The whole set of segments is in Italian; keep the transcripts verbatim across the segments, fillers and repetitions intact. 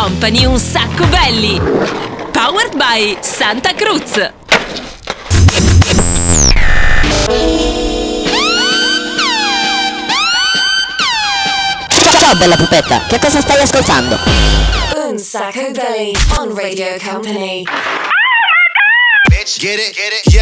Company un sacco belli. Powered by Santa Cruz. Ciao bella pupetta, che cosa stai ascoltando? Un sacco belli on Radio Company. Bitch, get it, get it, yo.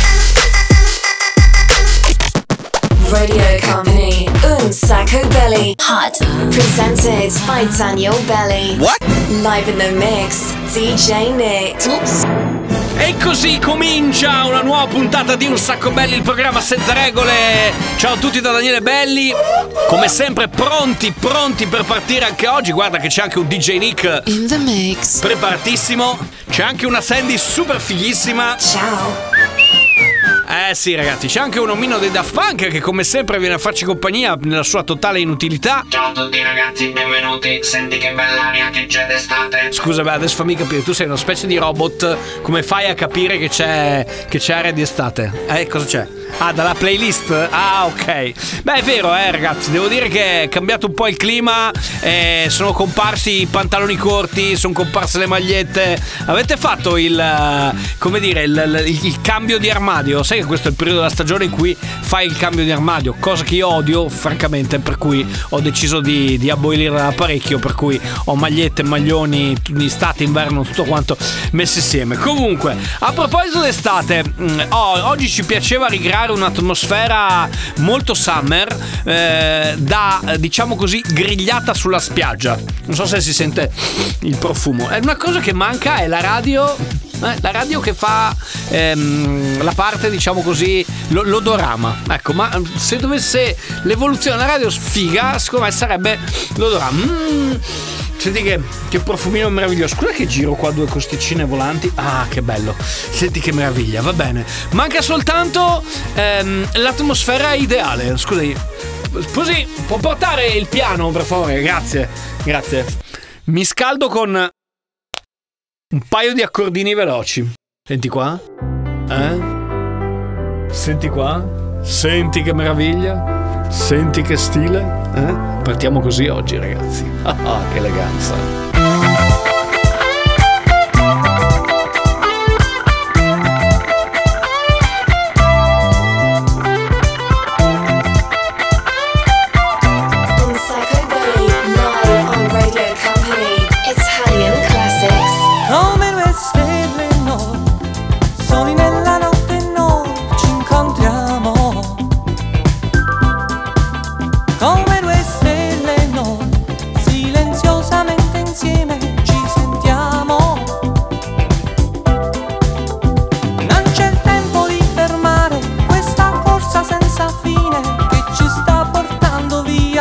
Radio Company, Un Sacco Belly. Hot. Presented by Daniel Belly. What? Live in the mix, D J Nick. Oops. E così comincia una nuova puntata di Un Sacco Belli, il programma senza regole. Ciao a tutti da Daniele Belli. Come sempre pronti, pronti per partire anche oggi. Guarda che c'è anche un D J Nick In the mix. preparatissimo. C'è anche una Sandy super fighissima. Ciao. Eh sì ragazzi, c'è anche un omino dei Daft Punk che come sempre viene a farci compagnia nella sua totale inutilità. Ciao a tutti ragazzi, benvenuti. Senti che bella aria che c'è d'estate. Scusa, beh, adesso fammi capire, tu sei una specie di robot. Come fai a capire che c'è che c'è aria di estate? Eh, cosa c'è? Ah, dalla playlist? Ah, ok. Beh, è vero, eh, ragazzi, devo dire che è cambiato un po' il clima. eh, Sono comparsi i pantaloni corti, sono comparse le magliette. Avete fatto il, eh, come dire, il, il, il cambio di armadio? Sai che questo è il periodo della stagione in cui fai il cambio di armadio, cosa che io odio, francamente, per cui ho deciso di, di abolirla parecchio, per cui ho magliette, maglioni, estate, inverno, tutto quanto messo insieme. Comunque, a proposito d'estate, mh, oh, oggi ci piaceva ricreare un'atmosfera molto summer, eh, da, diciamo così, grigliata sulla spiaggia. Non so se si sente il profumo. È una cosa che manca, è la radio. Eh, la radio che fa ehm, la parte, diciamo così, lo, l'odorama. Ecco, ma se dovesse l'evoluzione della radio sfiga, secondo me sarebbe l'odorama. Mm, senti che, che profumino meraviglioso. Scusa che giro qua due costicine volanti. Ah, che bello. Senti che meraviglia, va bene. Manca soltanto ehm, l'atmosfera ideale. Scusi, scusi, può portare il piano, per favore? Grazie, grazie. Mi scaldo con un paio di accordini veloci. Senti qua. Eh? Senti qua. Senti che meraviglia. Senti che stile. Eh? Partiamo così oggi, ragazzi. Ah, che eleganza. Un Sacco Belly live on Radio Company. Italian classics. Come due stelle noi, soli nella notte noi ci incontriamo. Come due stelle noi, silenziosamente insieme ci sentiamo. Non c'è il tempo di fermare questa corsa senza fine che ci sta portando via.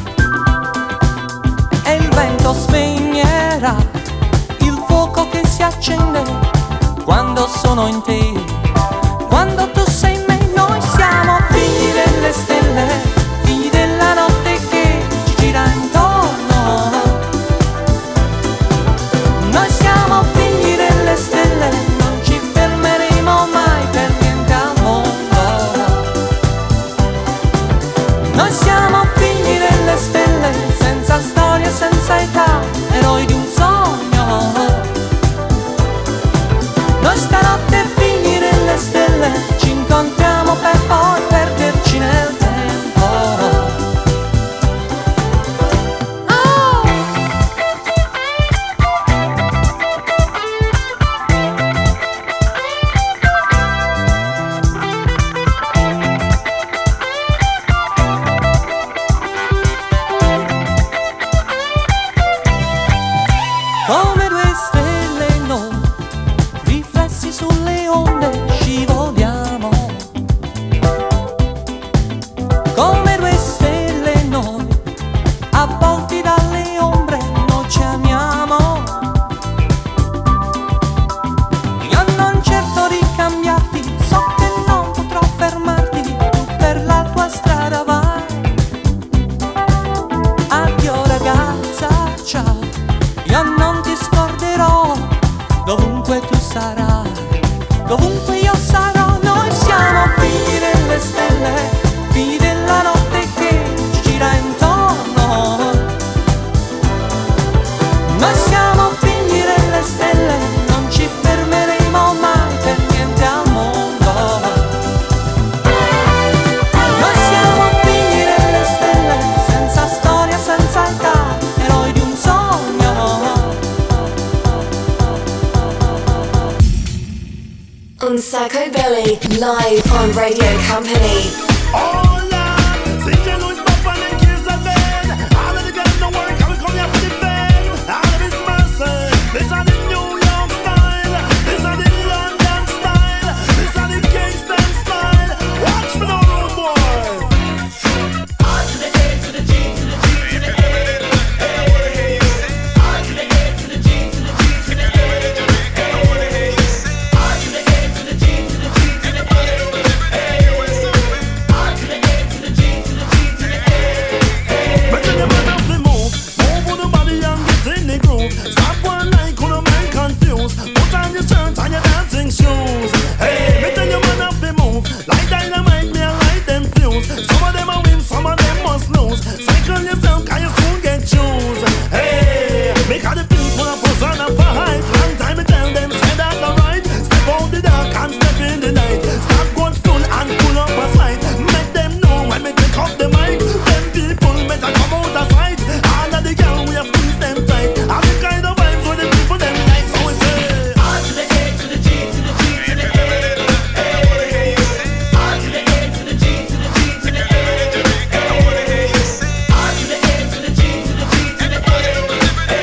E il vento spegnerà che si accende quando sono in te, quando tu sei in me. Noi siamo figli delle stelle, figli della notte che ci gira intorno. Noi siamo figli delle stelle, non ci fermeremo mai per niente al mondo. Noi siamo figli delle stelle, senza storia, senza età, eroi di un sogno. Noi stanotte figli delle stelle ci incontriamo per poi perderci nel tempo. Oh! Come due stelle noi, riflessi sulle onde scivoliamo. Come due stelle noi, avvolti dalle ombre noi ci amiamo. Io non cerco di cambiarti, so che non potrò fermarti, tu per la tua strada vai. Addio ragazza, ciao, io non ti scorderò, dovunque tu sarai, dovunque io sarò. Noi siamo figli delle stelle, figli della notte che ci gira intorno. Noi siamo Sacco Belly, live on Radio Company. Oh Lord, Saint John Louis Papa and Kids of Men. All of the guys don't worry, come and come here for the band. All of his mercy, this are the New York style. This are the London style. This are the Kingston style. Watch for the road boy. R to the A to the G to the G to the A. R to the A to the G to the G to the A. R to the A to the G to the G to the A. R to the A to the G to the G to the A. But tell your man how to move, move on the body and get in the groove. Stop one line, could a man confused. Put on your shirt and your dancing shoes. Hey, me tell your man how to move, like dynamite, me and light them fuse. Some of them a win, some of them must lose. Cycle yourself, can you soon get shoes? Hey, make all the people a fuss and a fight. Long time me tell them, say that the right. Step out the dark and step in the night. Stop going full and pull up a slide. Make them know when me take off the mic. Them people better come out of sight. All of the girls we have squeezed them tight. All the kind of vibes with the people them like. So we say R to the A to the G to the G to the A. R to the A to the G to the G to the A. R to the A to the G to the G to the A. R to the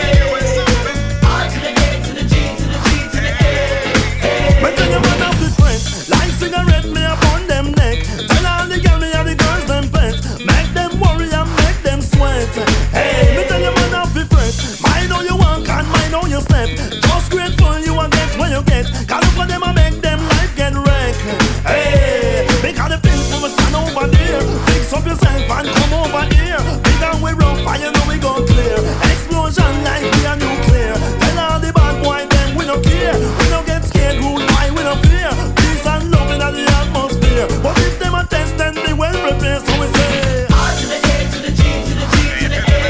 A to the G to the G to the A. But tell you one of the friends, like cigarette me upon them neck. Tell all the girls me and the girls them pet. Make them worry and make them sweat. Hey, me tell you one of the friends, mind how you walk and mind how you step. Just grateful you and get what you get. Cause look for them and make them life get wrecked. Hey, because the people will stand over there. Fix up yourself and come over here. Big and we rough and you know we go clear. Explosion like we are nuclear. Tell all the bad boy them we no care. We no get scared, rude boy we no fear. Peace and love in the atmosphere. But if them a test then they well prepared. So we say R to the A to the G to the G to the A.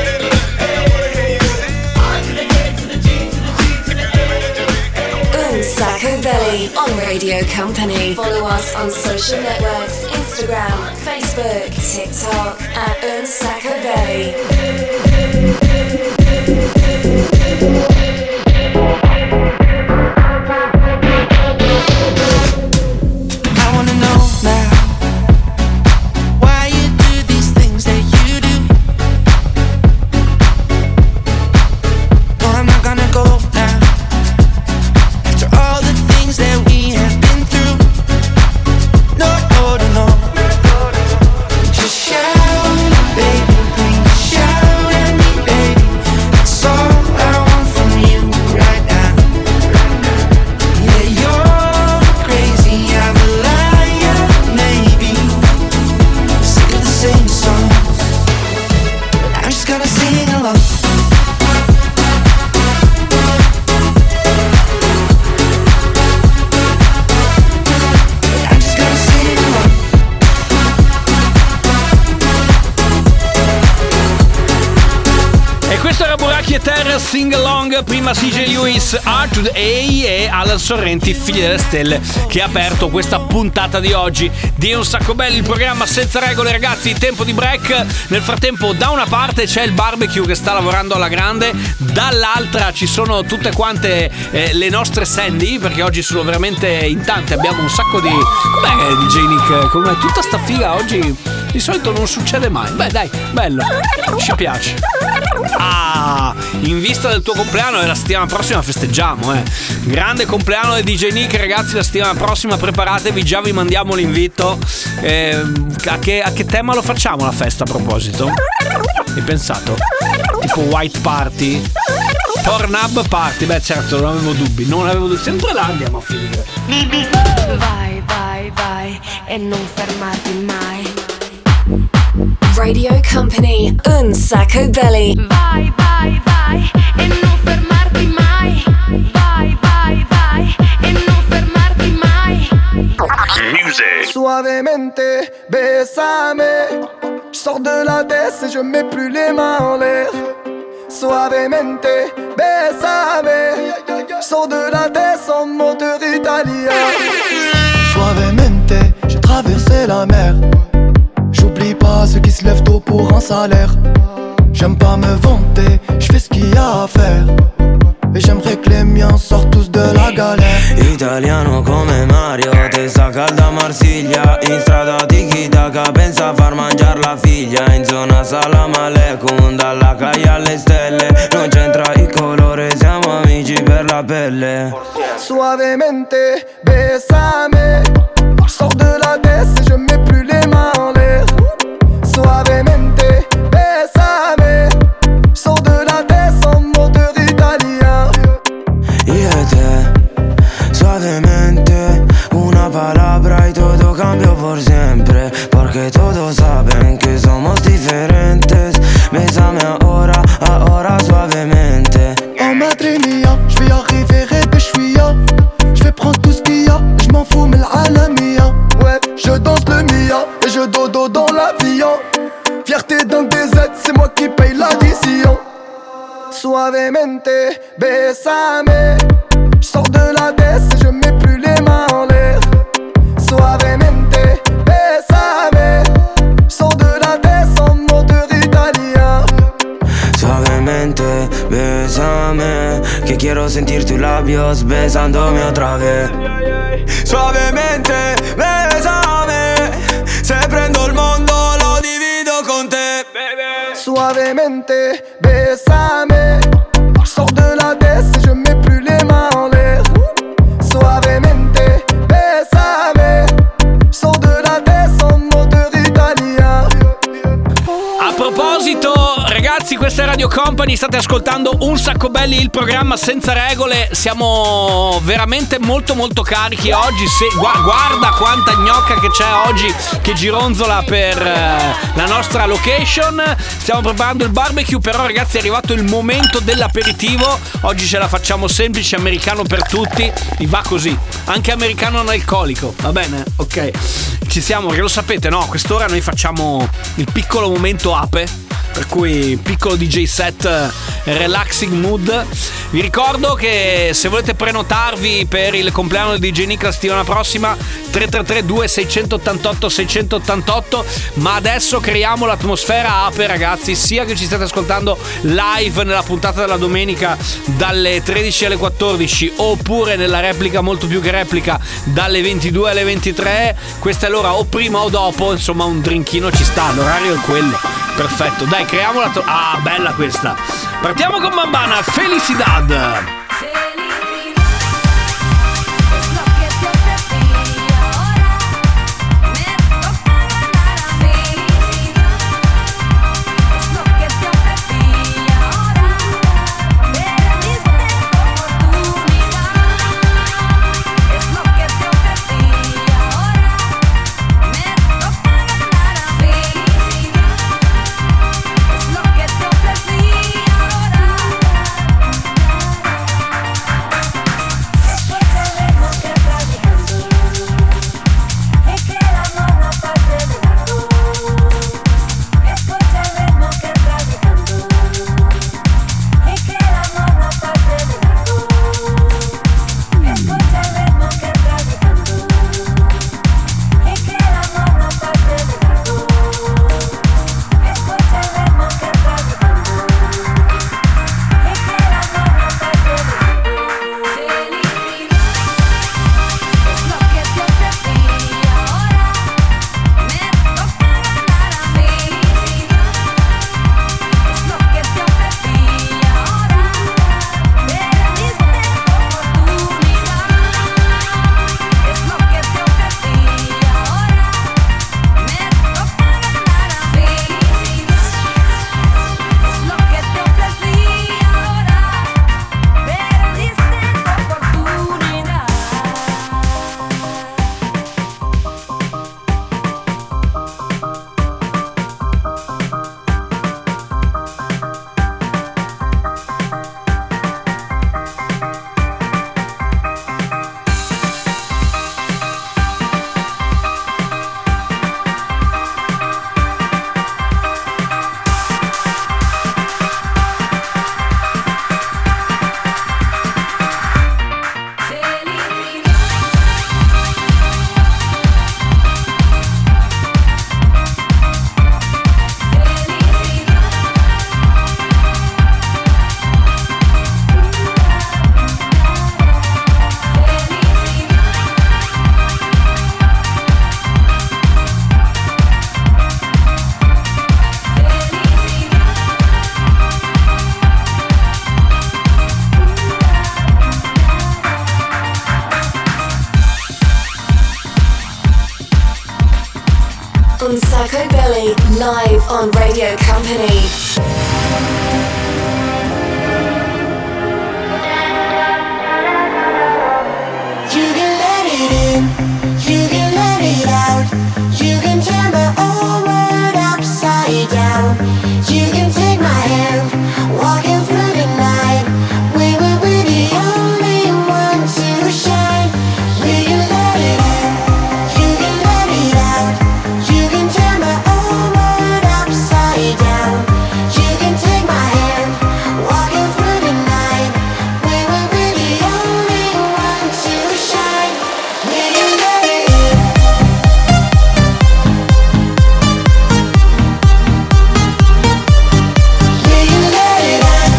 R to the A to the G to the G to the A. Un Sacco Belly on Radio Company. Follow us on social networks, Instagram, Facebook, TikTok at Un Sacco Belly. I wanna know now why you do these things that you do. No, I'm not gonna go now. After all the things that we have been through. No, no, no, no. Just shout, baby, please shout at me, baby. That's all I want from you right now. Yeah, you're crazy, I'm a liar, maybe. Sick of the same songs, but I'm just gonna sing along. I'm just gonna sing along. E questo era Buracchi e Terra, Sing Along, prima C J Lewis, R to the A e Alan Sorrenti, Figli delle Stelle, che ha aperto questa puntata di oggi di Un Sacco Belli, il programma senza regole, ragazzi, tempo di break. Nel frattempo da una parte c'è il barbecue che sta lavorando alla grande, dall'altra ci sono tutte quante eh, le nostre Sandy, perché oggi sono veramente in tante, abbiamo un sacco di... Com'è D J Nick? Com'è tutta sta figa oggi? Di solito non succede mai. Beh dai, bello, ci piace. Ah, in vista del tuo compleanno e la settimana prossima festeggiamo, eh. Grande compleanno di D J Nick, ragazzi, la settimana prossima preparatevi, già vi mandiamo l'invito. Eh, a, che, a che tema lo facciamo la festa a proposito? Hai pensato? Tipo white party? Pornhub party? Beh certo, non avevo dubbi, non avevo dubbi. Sempre là andiamo a finire. Vai, vai, vai e non fermarti mai. Radio Company, Un Sacco Belly. Vai, vai, vai e non fermarti mai. Vai, vai, vai e non fermarti mai. Music. Suavemente, bésame. Je sors de la baisse et je mets plus les mains en l'air. Suavemente, bésame. Je sors de la baisse en moteur italien. Suavemente, j'ai traversé la mer. J'oublie pas ceux qui se lèvent tôt pour un salaire. J'aime pas me vanter, je fais ce qu'il y a à faire. Et j'aimerais que les miens sortent tous de la galère. Italiano come Mario, testa calda a Marsiglia. In strada tiki-taka, pensa a far mangiare la figlia. In zona salam aleikum, dalla calle alle stelle. Non c'entra il colore, siamo amici per la pelle. Suavemente, bésame. Je sors de la baisse et je mets plus les mains en l'air. Suavemente, bésame. Je sors de la baisse en moteur italien. Io e te, suavemente, una palabra y todo cambio por siempre. Porque todos saben que somos diferentes. Bésame ahora, ahora suavemente. Oh madre mia, je vais arriver et béchouilla. Je vais prendre tout ce qu'il y a, je m'en fous mais l'alamia. Ouais, je danse le mia et je dodo dans l'avion. Fierté d'un D Z, c'est moi qui paye l'addition. Suavemente, bésame. Je sors de la baisse et je mets plus les mains en l'air. Suavemente, bésame. Je sors de la baisse en moteur italien. Suavemente, bésame, que quiero sentir tus labios besándome otra vez. Suavemente, bésame, se prendo il mondo lo divido con te, baby. Suavemente, bésame. Je sors de la baisse et je mets plus les mains en l'air. Suavemente, bésame. Je sors de la baisse en moteur italien. A proposito, ragazzi, questa è Radio Company, state ascoltando Un Sacco Belli, il programma senza regole. Siamo veramente molto molto carichi oggi. Se, gu- guarda quanta gnocca che c'è oggi che gironzola per eh, la nostra location. Stiamo preparando il barbecue, però ragazzi è arrivato il momento dell'aperitivo. Oggi ce la facciamo semplice, americano per tutti. Mi va così, anche americano analcolico, va bene? Ok, ci siamo, che lo sapete, no? A quest'ora noi facciamo il piccolo momento ape, per cui piccolo D J set relaxing mood. Vi ricordo che se volete prenotarvi per il compleanno di D J Nick la settimana prossima, tre tre tre due sei otto otto sei otto otto. Ma adesso creiamo l'atmosfera ape, ragazzi, sia che ci state ascoltando live nella puntata della domenica dalle tredici alle quattordici, oppure nella replica, molto più che replica, dalle ventidue alle ventitré. Questa è l'ora o prima o dopo, insomma un drinkino ci sta, l'orario è quello. Perfetto, dai, creiamo la... To- ah, bella questa. Partiamo con Bambana, Felicidad. Belly, live on Radio Company. You can let it in, you can let it out. You can turn my whole world upside down. You can take my hand, walking through the night. We will be the only one to shine. We can let it in, you can let it out. You can turn my whole world upside down. You can take my hand, walking through the night. We will be the only one to shine. We can let it in. We can let it out.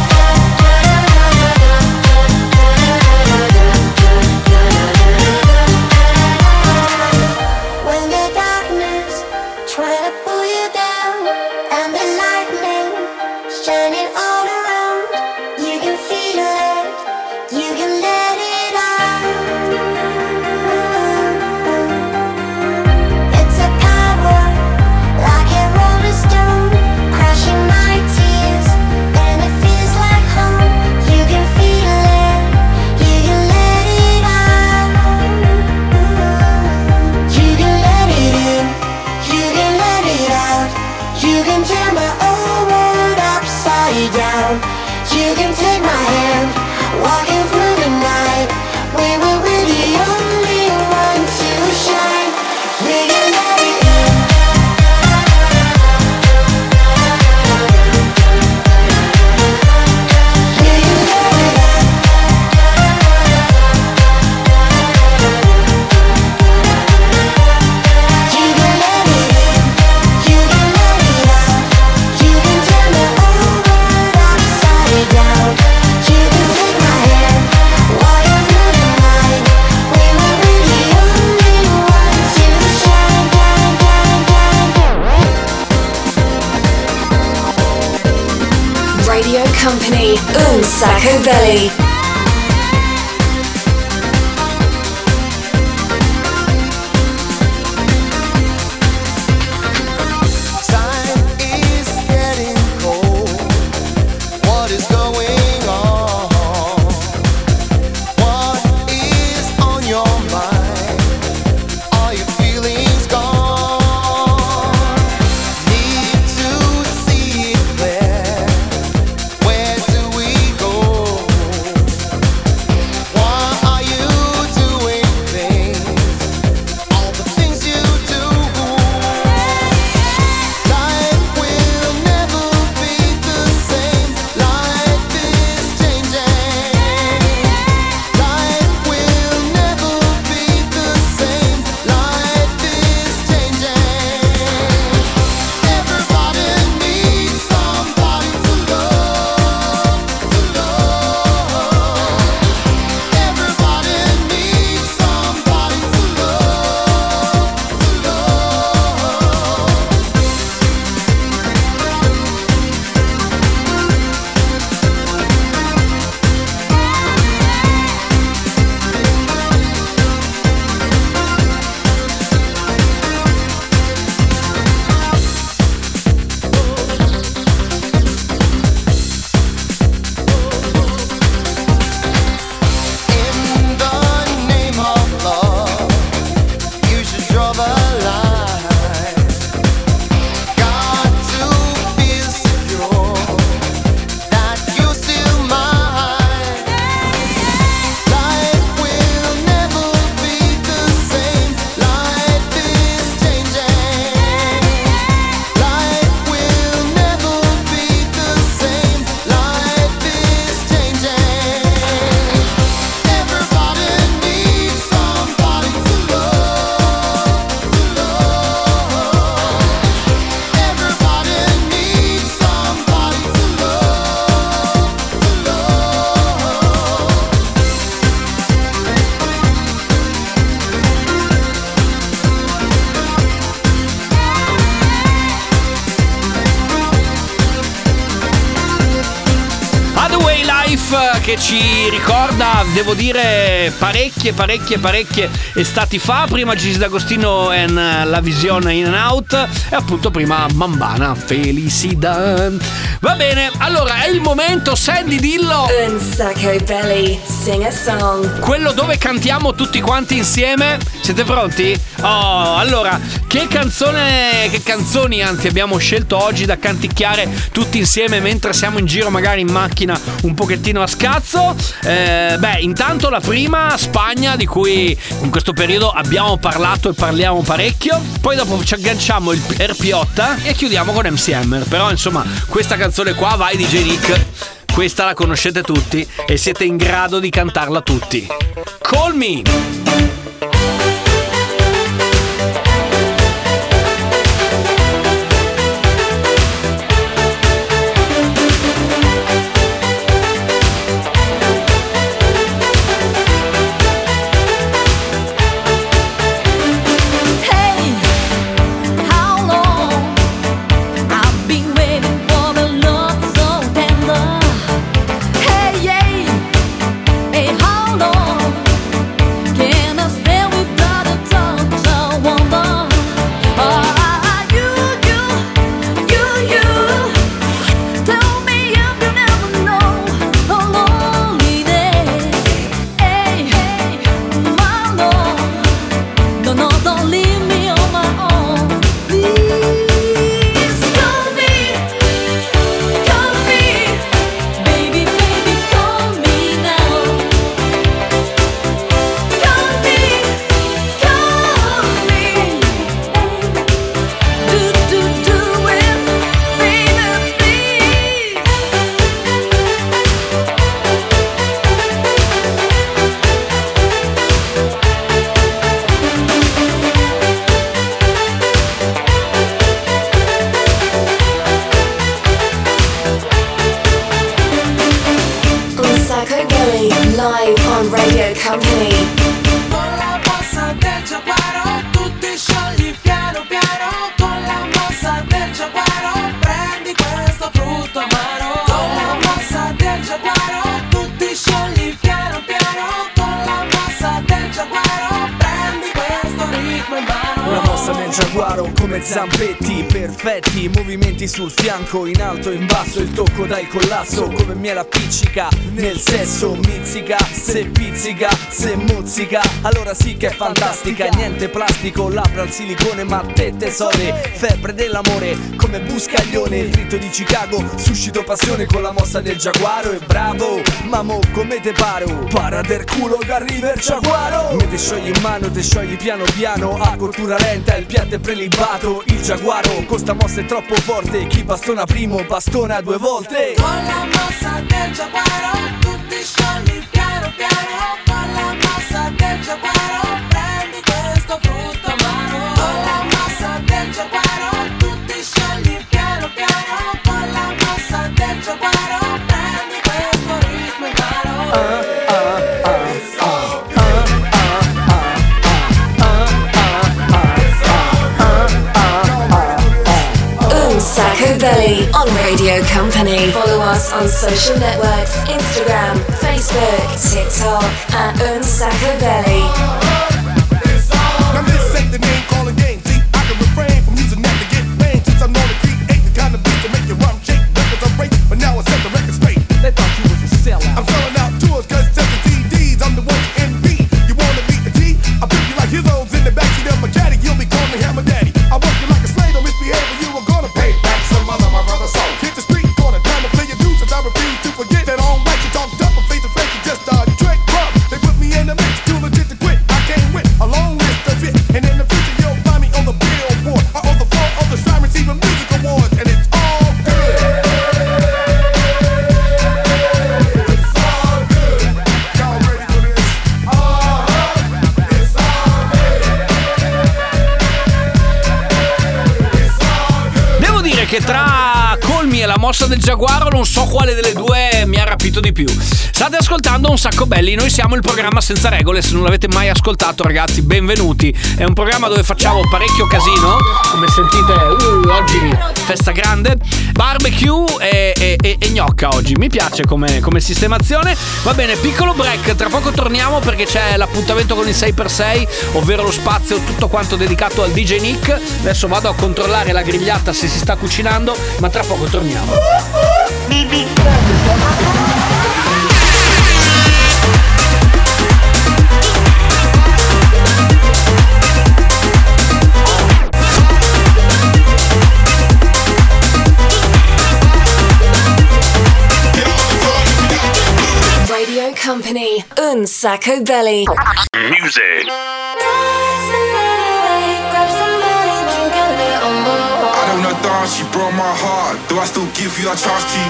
When the darkness try to pull you down and the lightning shining all around, you can feel it, you can let it out. It's a power like a rolling stone, crushing my tears, and it feels like home. You can feel it, you can let it out. You can let it in, you can let it out. You can turn my whole world upside down. You can take my hand, walking through the night. We will be the only one to shine. We can let it in. We can let it out. You can let it in, you can let it out. You can turn the whole world upside down. You can take my hand, walking through the night. We will be the only one to shine, shine, shine, shine. Radio Company, Un Sacco Belly. Time is getting cold. What is going on? What is on your mind? Are you feeling gone? Need to see it clear. Where do we go? riff che ci ricorda, devo dire, parecchie, parecchie, parecchie estati fa. Prima Gigi D'Agostino e La Visione In and Out e appunto prima Mambana Felicidad. Va bene, allora è il momento, Sandy, dillo. Un Sacco Belly, sing a song. Quello dove cantiamo tutti quanti insieme. Siete pronti? Oh, allora, che canzone, che canzoni anzi abbiamo scelto oggi da canticchiare tutti insieme mentre siamo in giro magari in macchina un pochettino a scazzo? Eh, beh, intanto la prima, Spagna, di cui in questo periodo abbiamo parlato e parliamo parecchio. Poi dopo ci agganciamo il R P otto e chiudiamo con M C Hammer. Però insomma, questa canzone qua, vai D J Nick, questa la conoscete tutti e siete in grado di cantarla tutti. Call Me. Live on Radio Company. Con la mossa del giaguaro tu ti sciogli piano piano. Con la mossa del giaguaro prendi questo frutto amaro. Con la mossa del giaguaro tu ti sciogli piano piano. Con la mossa del giaguaro prendi questo ritmo in mano. La mossa del giaguaro come zampetti perfetti, movimenti sul fianco, in alto e in basso, il tocco dal collasso come miele appiccica nel sesso, mizzica, se pizzica, se mozzica, allora sì che è fantastica, niente plastico, labbra al silicone, ma te tesore, febbre dell'amore come buscaglione, il rito di Chicago, suscito passione con la mossa del giaguaro e bravo, mamo come te paro, para del culo che arriva il giaguaro, me te sciogli in mano, te sciogli piano piano, a cottura lenta, il piatto è prelibato, il giaguaro, con sta mossa è troppo forte, chi bastona primo bastona due volte. Con la mossa del giaguaro tu ti sciogli piano piano. Con la mossa del giaguaro prendi questo frutto amaro. Con la mossa del giaguaro tu ti sciogli piano piano. Con la mossa del giaguaro prendi questo ritmo in mano. uh, uh, uh, uh, Un Sacco Belly on Radio Company. Follow us on social networks, Instagram, Facebook, TikTok at Un Sacco Belly. Now this ain't the name calling game. See, I can refrain from using that to get pain. Since I know to create the kind of beat to make your rhyme shake. Records are break, but now I set the record straight. They thought you was a sellout. I'm selling out tours, cause seven C Ds, I'm the one to envy. You wanna beat the G? I put you like his homes in the backseat of my caddy. You'll be calling me Hammer Daddy. I work you like a slave, don't misbehave, or you are gonna pay back some other my brother soul. Hit the street corner, time to play your dues, and I refuse to forget that all right. You talk tough, but face to face, you just a trick bum. They put me in the mix, too legit to quit. I came with a long list of it, and in the future you'll find me on the billboard. I own the floor of the shrine, receiving music awards, and it's all good. It's all good. Y'all ready for this? Uh-huh. It's all good. It's all good. Devo dire che tra Call Me Yumi e la mossa del giaguaro, non so quale delle due mi ha rapito di più. State ascoltando Un Sacco Belli, noi siamo il programma senza regole. Se non l'avete mai ascoltato, ragazzi, benvenuti. È un programma dove facciamo parecchio casino, come sentite. uh, oggi festa grande, barbecue e, e, e, e gnocca oggi. Mi piace come, come sistemazione. Va bene, piccolo break, tra poco torniamo perché c'è l'appuntamento con il sei per sei, ovvero lo spazio tutto quanto dedicato al D J Nick. Adesso vado a controllare la grigliata se si sta cucinando, ma tra poco torniamo. Radio Company, Un Sacco Belly. Music. I don't know dance, she broke my heart. Do I still give you a chance to?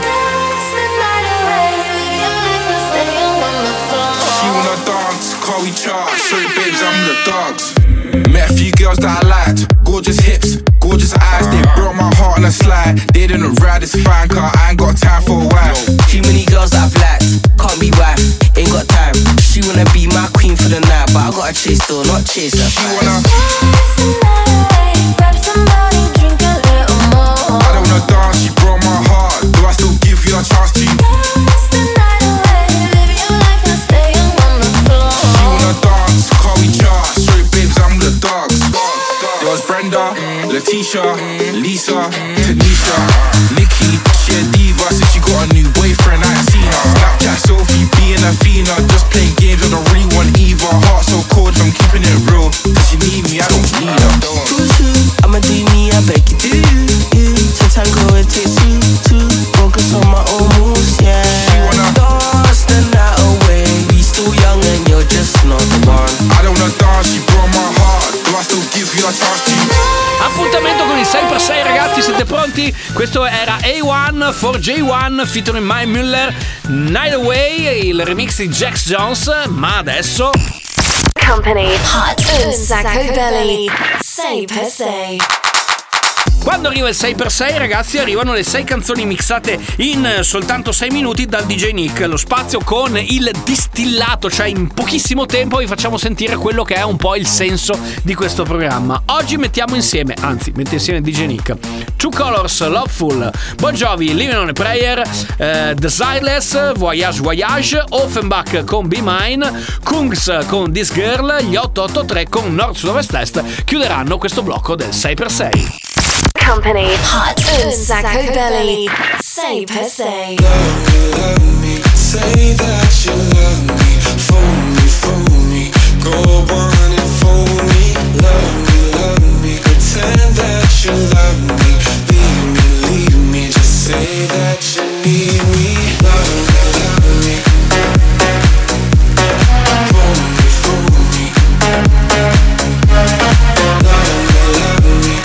She wanna dance, call we charge. Sorry babes, I'm the dogs. Met a few girls that I liked. Gorgeous hips, gorgeous eyes. They broke my heart on a slide. They didn't ride this fine car, I ain't got time for a wife. Too many girls that I've liked, can't be wife, ain't got time. She wanna be my queen for the night, but I gotta chase though, not chase her. She wanna Grab somebody, drink a little more. I don't know dance, she broke my heart. Do I still give you a chance to? Dance the night away, live your life and stay young on the floor. She wanna dance, call we charge. Sorry babes, I'm the dogs. There was Brenda, Letitia, Lisa, Tanisha, Nikki. She a diva since she got a new boyfriend, I ain't seen her. Snapchat Sophie, being a Fina, just playing games, I don't really want either. Heart so cold, I'm keeping it real. Does she need me? I don't need her. Who's who? I'ma do me, I beg you do you. To tango it takes two, two. Focus on my own moves, yeah. She wanna dance the night away. We still young and you're just not the one. I don't know dance, she broke my heart. Do I still give you a chance to? Appuntamento con il sei per sei, ragazzi, siete pronti? Questo era A uno for J uno featuring Mike Muller, Night Away, il remix di Jax Jones, ma adesso Company, Hot Un Sacco Belly, sei per sei. Quando arriva il sei per sei, ragazzi, arrivano le sei canzoni mixate in soltanto sei minuti dal D J Nick. Lo spazio con il distillato, cioè in pochissimo tempo vi facciamo sentire quello che è un po' il senso di questo programma. Oggi mettiamo insieme, anzi mette insieme D J Nick, Two Colors, Loveful, Bon Jovi, Living on a Prayer, eh, Desireless, Voyage Voyage, Offenbach con Be Mine, Kungs con This Girl, gli otto otto tre con Nord Sud Ovest Est chiuderanno questo blocco del sei per sei. Company, Hot Un Sacco Belly, sei per sei. Love me, say that you love me. Phone me, phone me, go on and phone me. Love me, love me, pretend that you love me. Leave me, leave me, just say that you need me. Love me, love me. Phone me, phone me. Love me, love me.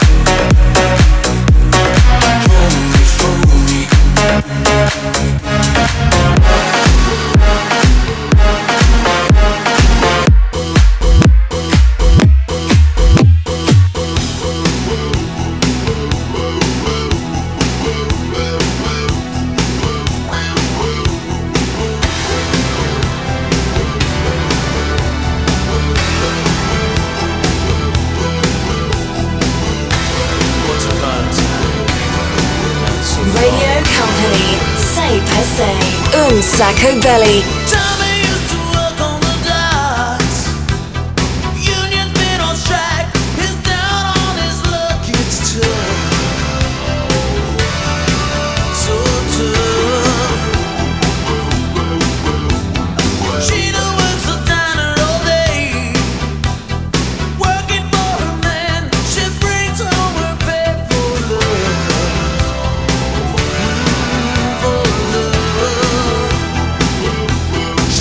Radio Company, sei per sei. Un Sacco Belly. She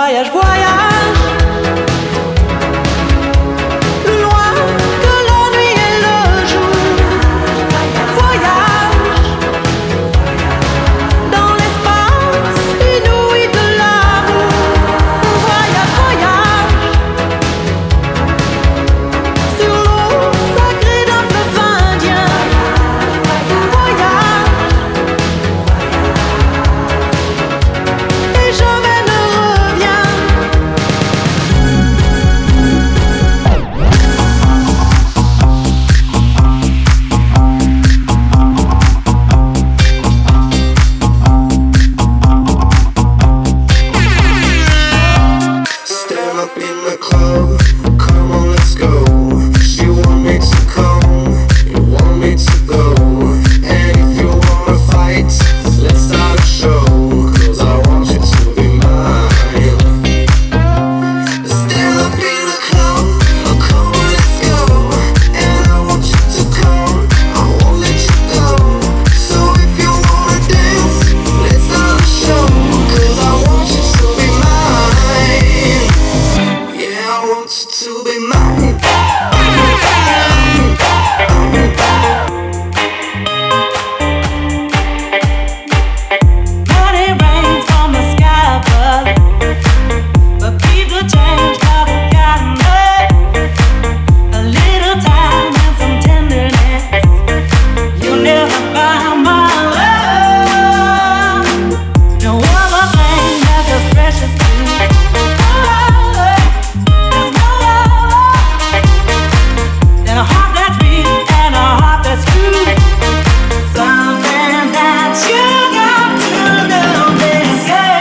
voyage, voyage. Plus loin que la nuit et le jour. Voyage dans l'espace inouï de l'amour. Voyage, voyage sur l'eau sacrée d'un fleuve indien. Voyage et jamais ne reviens. Stand up in the club, come on, let's go. She want me to come, you want me to go. And if you wanna fight, let's start a show. Cause I want you to be mine. Stand up in the club, come on, let's go. And I want you to come, I won't let you go. So if you wanna dance, let's start a show. Cause I want you to be mine. Yeah, I want you to be mine. Money rains from the sky above, but people change 'cause of God knows. A little time and some tenderness, you'll never buy my love. No other thing that's as precious to me. There's no other than a heart that's beat and a heart that's true. Something that you got to know, they say.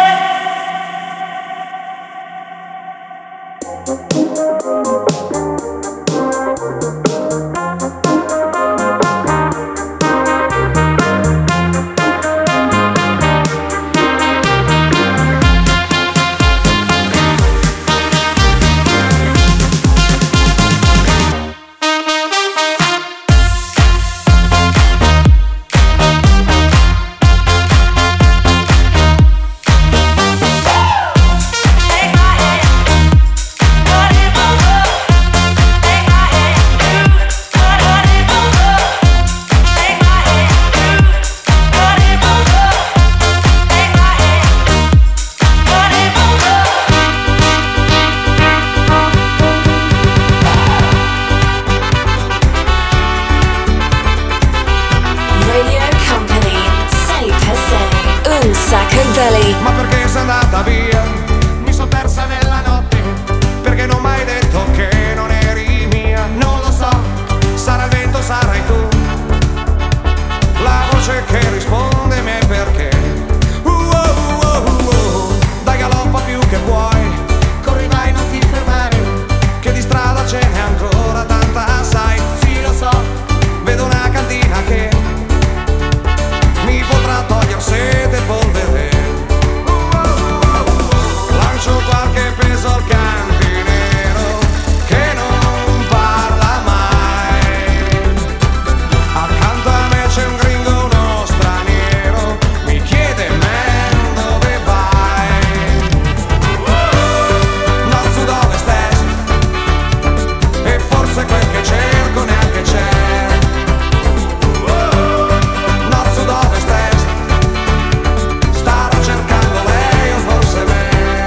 Radio Company, sei per sei, un sacco belly. Ma perché sei andata via? Mi son persa nella notte. Perché non m'hai detto che non eri mia? Non lo so, sarà il vento, sarai tu. La voce che risponde mi è perché. Uh, uh, uh, uh, uh. Dai, galoppa più che puoi. Corri, vai, non ti fermare. Che di strada ce n'è ancora tanta, sai. Sì, lo so, vedo una cantina che mi potrà togliere sete e polvere. Lancio qualche peso al cantinero che non parla mai. Accanto a me c'è un gringo, uno straniero, mi chiede man dove vai. Nord, sud, ovest, est, e forse quel che cerco neanche c'è. Nord, sud, ovest, est, starà cercando lei o forse me.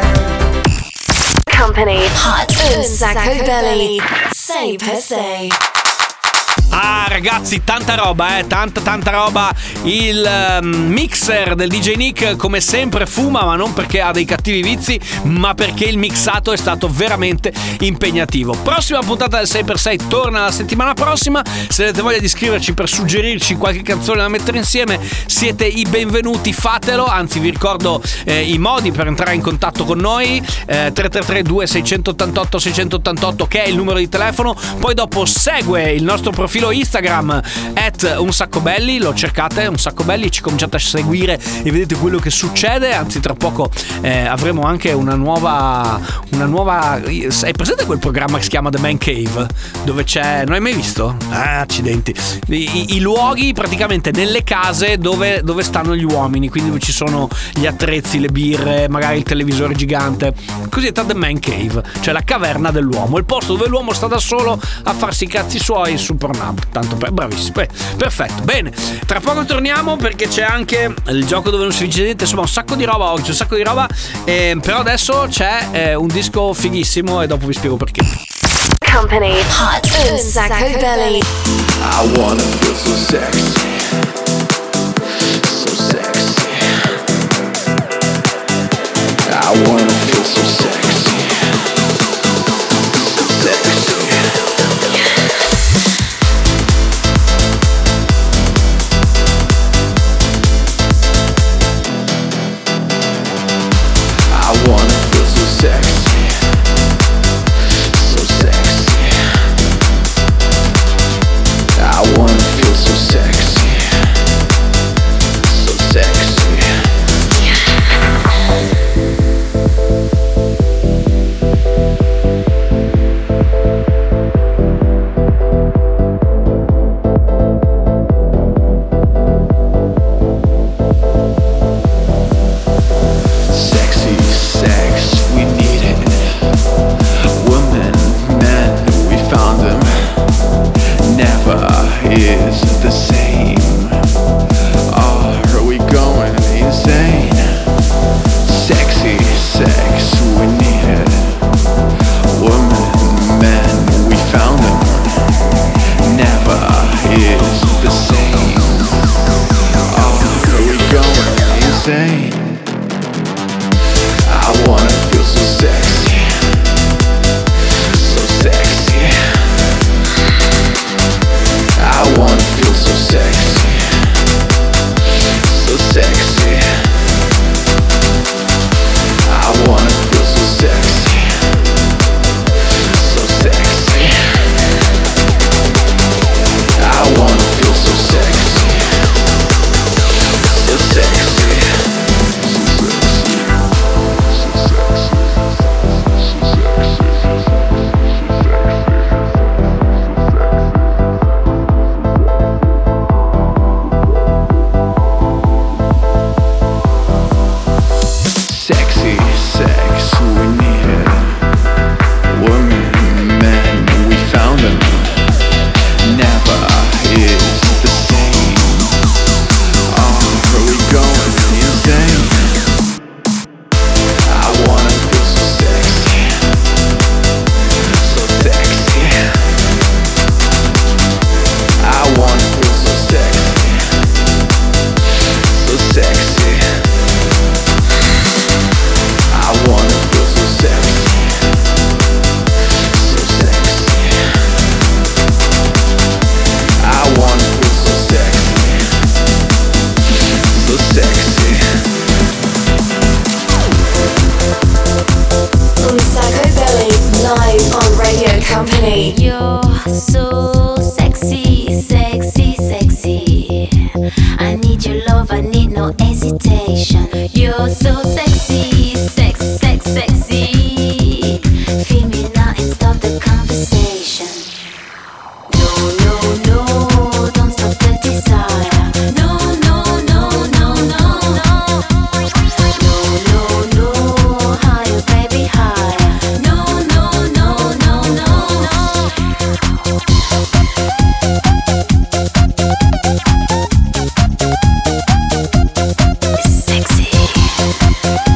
Company, hot, un sacco belly, sei per sei. Ah ragazzi, tanta roba, eh, tanta tanta roba. Il um, mixer del D J Nick come sempre fuma, ma non perché ha dei cattivi vizi, ma perché il mixato è stato veramente impegnativo. Prossima puntata del sei per sei torna la settimana prossima. Se avete voglia di scriverci per suggerirci qualche canzone da mettere insieme, siete i benvenuti, fatelo. Anzi, vi ricordo eh, i modi per entrare in contatto con noi, eh, tre tre tre due sei otto otto sei otto otto, che è il numero di telefono. Poi dopo segue il nostro profilo profilo Instagram at un sacco belli, lo cercate, un sacco belli, ci cominciate a seguire e vedete quello che succede. Anzi, tra poco eh, avremo anche una nuova una nuova hai presente quel programma che si chiama The Man Cave, dove c'è, non hai mai visto? Ah, accidenti, i, i, i luoghi praticamente nelle case dove, dove stanno gli uomini, quindi dove ci sono gli attrezzi, le birre, magari il televisore gigante, così è The Man Cave, cioè la caverna dell'uomo, il posto dove l'uomo sta da solo a farsi i cazzi suoi su Pornhub. Tanto per bravissimo, Beh, perfetto. Bene, tra poco torniamo perché c'è anche il gioco dove non si dice niente, insomma un sacco di roba oggi, un sacco di roba, eh, però adesso c'è eh, un disco fighissimo e dopo vi spiego perché. Company Hot Un Sacco Belly. I wanna feel so sexy, so sexy. I wanna feel so sexy, so sexy. I wanna feel so sexy, so sexy. I wanna feel so sexy, so sexy. Sexy sex, we need it. Women, men, we found them. Never is the same. Are we going insane? Sexy sex, we need it. Women, men, we found them. Never is the same. Are we going insane? I wanna feel so sexy, so sexy. I wanna feel so sexy, so sexy. I wanna feel so sexy, so sexy. I wanna feel so sexy, so sexy. Sexy sex, we need it. Women, men, we found them. Never is the same. Are we going insane? I wanna feel so sexy, so sexy. I wanna feel so sexy, so sexy. I wanna feel so sexy, so sexy. I wanna feel so sexy, so sexy. Un Sacco Belly live on Radio Company. You're so sexy, sexy, sexy. I need your love, I need no hesitation. You're so sexy, sex, sex, sexy. Feel me now and stop the conversation. No, no, no, don't stop the desire. No, no, no, no, no, no. No, no, no, higher, baby, higher. No, no, no, no, no, no. It's sexy.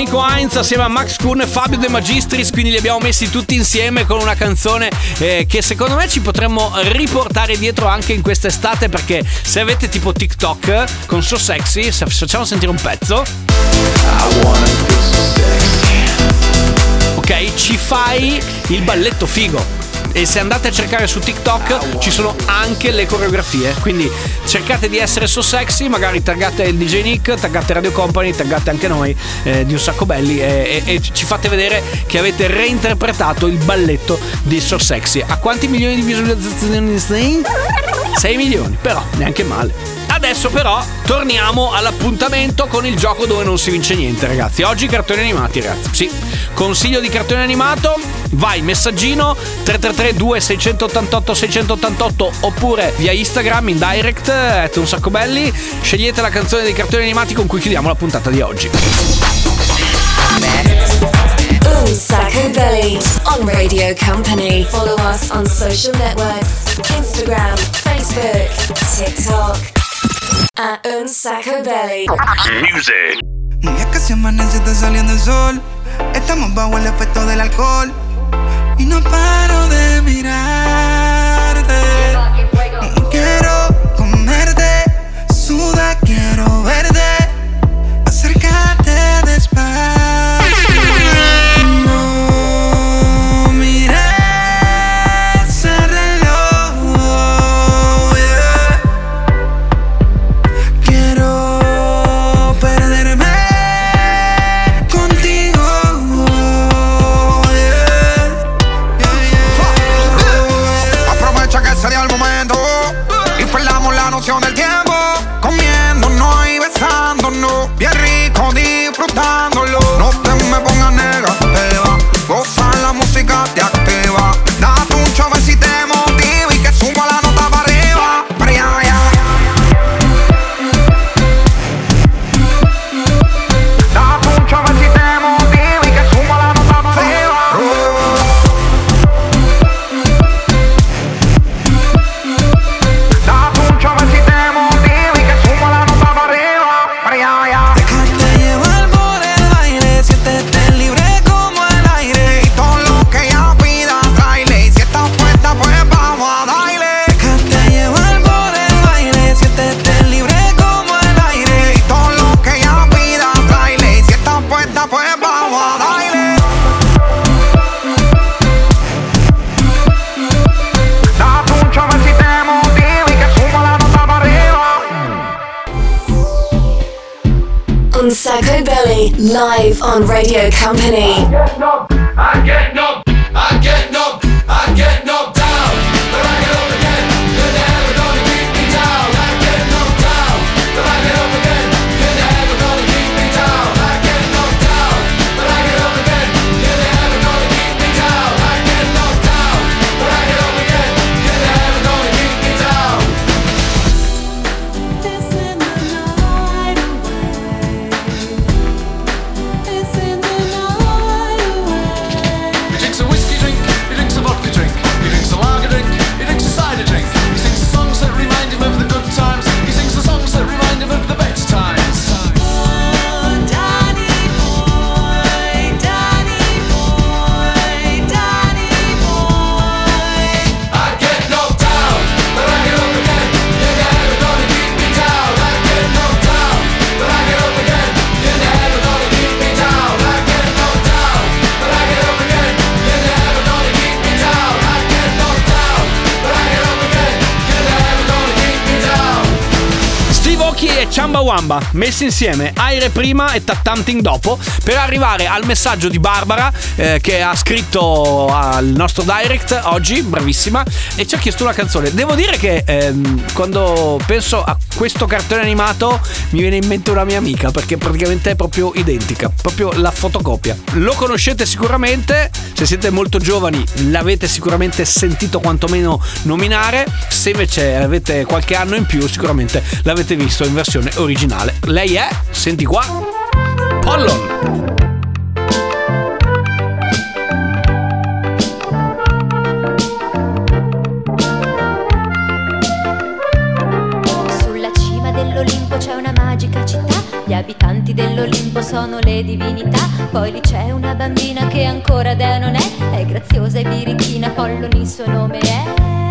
Marco Heinz assieme a Max Kuhn e Fabio De Magistris, quindi li abbiamo messi tutti insieme con una canzone eh, che secondo me ci potremmo riportare dietro anche in quest'estate, perché se avete tipo TikTok con So Sexy, se facciamo sentire un pezzo, ok, ci fai il balletto figo. E se andate a cercare su TikTok ci sono anche le coreografie, quindi cercate di essere So Sexy, magari taggate il D J Nick, taggate Radio Company, taggate anche noi eh, di Un Sacco Belli e, e, e ci fate vedere che avete reinterpretato il balletto di So Sexy. A quanti milioni di visualizzazioni sei? sei milioni, però neanche male. Adesso però torniamo all'appuntamento con il gioco dove non si vince niente, ragazzi. Oggi cartoni animati, ragazzi. Sì, consiglio di cartone animato. Vai, messaggino tre tre tre due sei otto otto sei otto otto oppure via Instagram in direct at Un Sacco Belli. Scegliete la canzone dei cartoni animati con cui chiudiamo la puntata di oggi. Un Sacco Belly on Radio Company. Follow us on social networks, Instagram, Facebook, TikTok at Un Sacco Belly. Music. Y es que si amanece está saliendo el sol. Estamos bajo el efecto del alcohol y no paro de mirarte. Quiero comerte, suda, quiero verte. Acércate despacio. No mires el reloj, yeah. Quiero perderme contigo, yeah. Yeah, yeah. Aprovecha que sería el momento y perdamos la noción del tiempo, comiéndonos y besándonos, bien rico, disfrutándolo. No te me pongas negativa, goza la música te activa. Date un chove si te motiva y que suba la nota para arriba, para allá, allá. Date un chove si te motiva y que suba la nota para arriba. Date un chove si te motiva y que suba la nota para arriba, para allá, allá. Déjate llevar por el baile, siéntete libre como el aire. Y todo lo que ella pida, tráele. Y si estás puesta, pues vamos a darle. Déjate llevar por el baile, siéntete libre como el aire. Y todo lo que ella pida, tráele. Y si estás puesta, pues vamos a darle. Date un chove si te motiva y que suba la nota para arriba. Un Sacco Belly live on Radio Company. I get knocked, I get knocked, I get knocked down, but I get up again. You're never gonna keep me down. I get knocked down, but I get up again. You're never gonna keep me down. I get knocked down, but I get up again. You're never gonna keep me down. I get knocked down, but I get up again. You're never gonna keep me down. He drinks a whiskey drink, he drinks a vodka drink, he drinks a lager drink, he drinks a cider drink. He sings the songs that remind him of the good times. He sings the songs that remind him of the better times. Oh, Danny boy, Danny boy, Danny boy. I get knocked down, but I get up again. You're never gonna keep me down. I get knocked down, but I get up again. You're never gonna keep me down. I get knocked down, but I get up again. You're never gonna keep me down. I get knocked down, but I get up again. You're never gonna keep me down. Steve Aoki e Chumbawamba messi insieme, Aire prima e Tattanting dopo, per arrivare al messaggio di Barbara eh, che ha scritto al nostro direct oggi, bravissima, e ci ha chiesto una canzone. Devo dire che ehm, quando penso a questo cartone animato mi viene in mente una mia amica, perché praticamente è proprio identica, proprio la fotocopia. Lo conoscete sicuramente, se siete molto giovani l'avete sicuramente sentito quantomeno nominare, se invece avete qualche anno in più sicuramente l'avete visto in versione originale. Lei è, senti qua, Pollon. Sulla cima dell'Olimpo c'è una magica città, gli abitanti dell'Olimpo sono le divinità. Poi lì c'è una bambina che ancora dea non è, è graziosa e birichina, Pollon il suo nome è.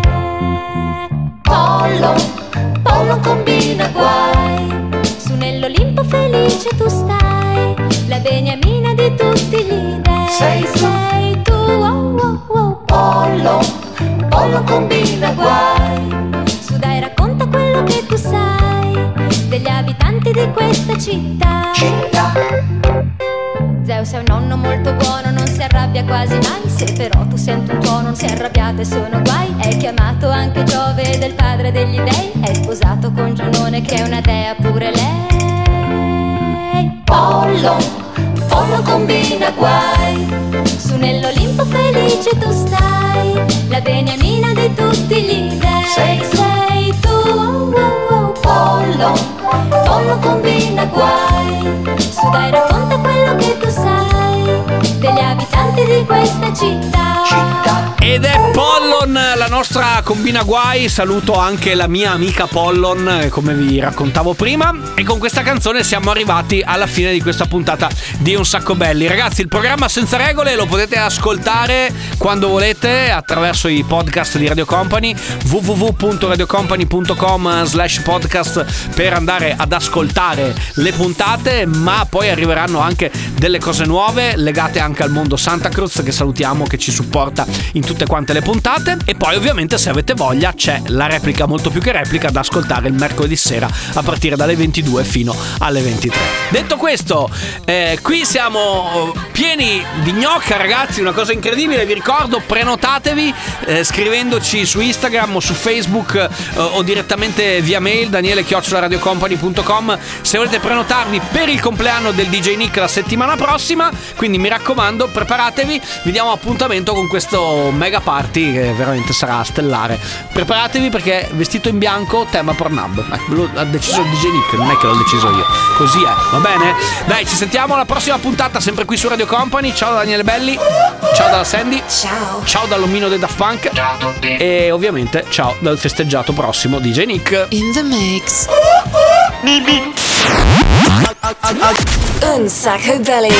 Pollon, Pollon combina guai, su nell'Olimpo felice tu stai, la beniamina di tutti gli dei. Sei, sei tu, oh, oh, oh. Pollon, Pollon combina guai, su dai racconta quello che tu sai degli abitanti di questa città. Città. Zeus è un nonno molto buono, non si arrabbia quasi mai, se però tu senti un tuono non si arrabbiate, sono guai. È chiamato anche Giove del padre degli dei, è sposato con Giunone che è una dea pure lei. Pollon, Pollon combina guai, su nell'Olimpo felice tu stai, la beniamina di tutti gli dei. Sei, sei tu, oh, oh, oh. Pollon, Pollon combina guai, su dai racconta quello che tu sai degli abitanti di questa città. Città. Ed è Pollon, la nostra combina guai. Saluto anche la mia amica Pollon, come vi raccontavo prima. E con questa canzone siamo arrivati alla fine di questa puntata di Un Sacco Belli. Ragazzi, il programma Senza Regole lo potete ascoltare quando volete attraverso i podcast di Radio Company, w w w punto radio company punto com slash podcast, per andare ad ascoltare le puntate. Ma poi arriveranno anche delle cose nuove legate anche al mondo Santa Cruz, che salutiamo, che ci supporta in tutte quante le puntate. E poi ovviamente, se avete voglia, c'è la replica, molto più che replica, da ascoltare il mercoledì sera a partire dalle ventidue fino alle ventitré. Detto questo, eh, qui siamo pieni di gnocca, ragazzi, una cosa incredibile. Vi ricordo, prenotatevi eh, scrivendoci su Instagram o su Facebook eh, o direttamente via mail daniele chiocciola radiocompany punto com se volete prenotarvi per il compleanno del D J Nick la settimana prossima. Quindi mi raccomando, preparatevi, vi diamo appuntamento con questo mega party che veramente sarà stellare. Preparatevi, perché vestito in bianco tema Pornhub. Eh, lo ha deciso il D J Nick, non è che l'ho deciso io. Così è, va bene? Dai, ci sentiamo alla prossima puntata, sempre qui su Radio Company. Ciao da Daniele Belli, ciao dalla Sandy, ciao, ciao dall'omino dei Daft Punk, ciao a tutti. E ovviamente ciao dal festeggiato prossimo D J Nick. In the mix. Un Sacco Belly.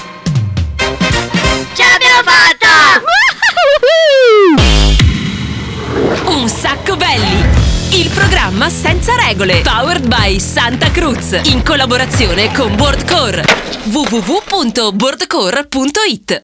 Ce l'abbiamo fatta! Un Sacco Belli, il programma senza regole, powered by Santa Cruz, in collaborazione con Boardcore. w w w punto boardcore punto it.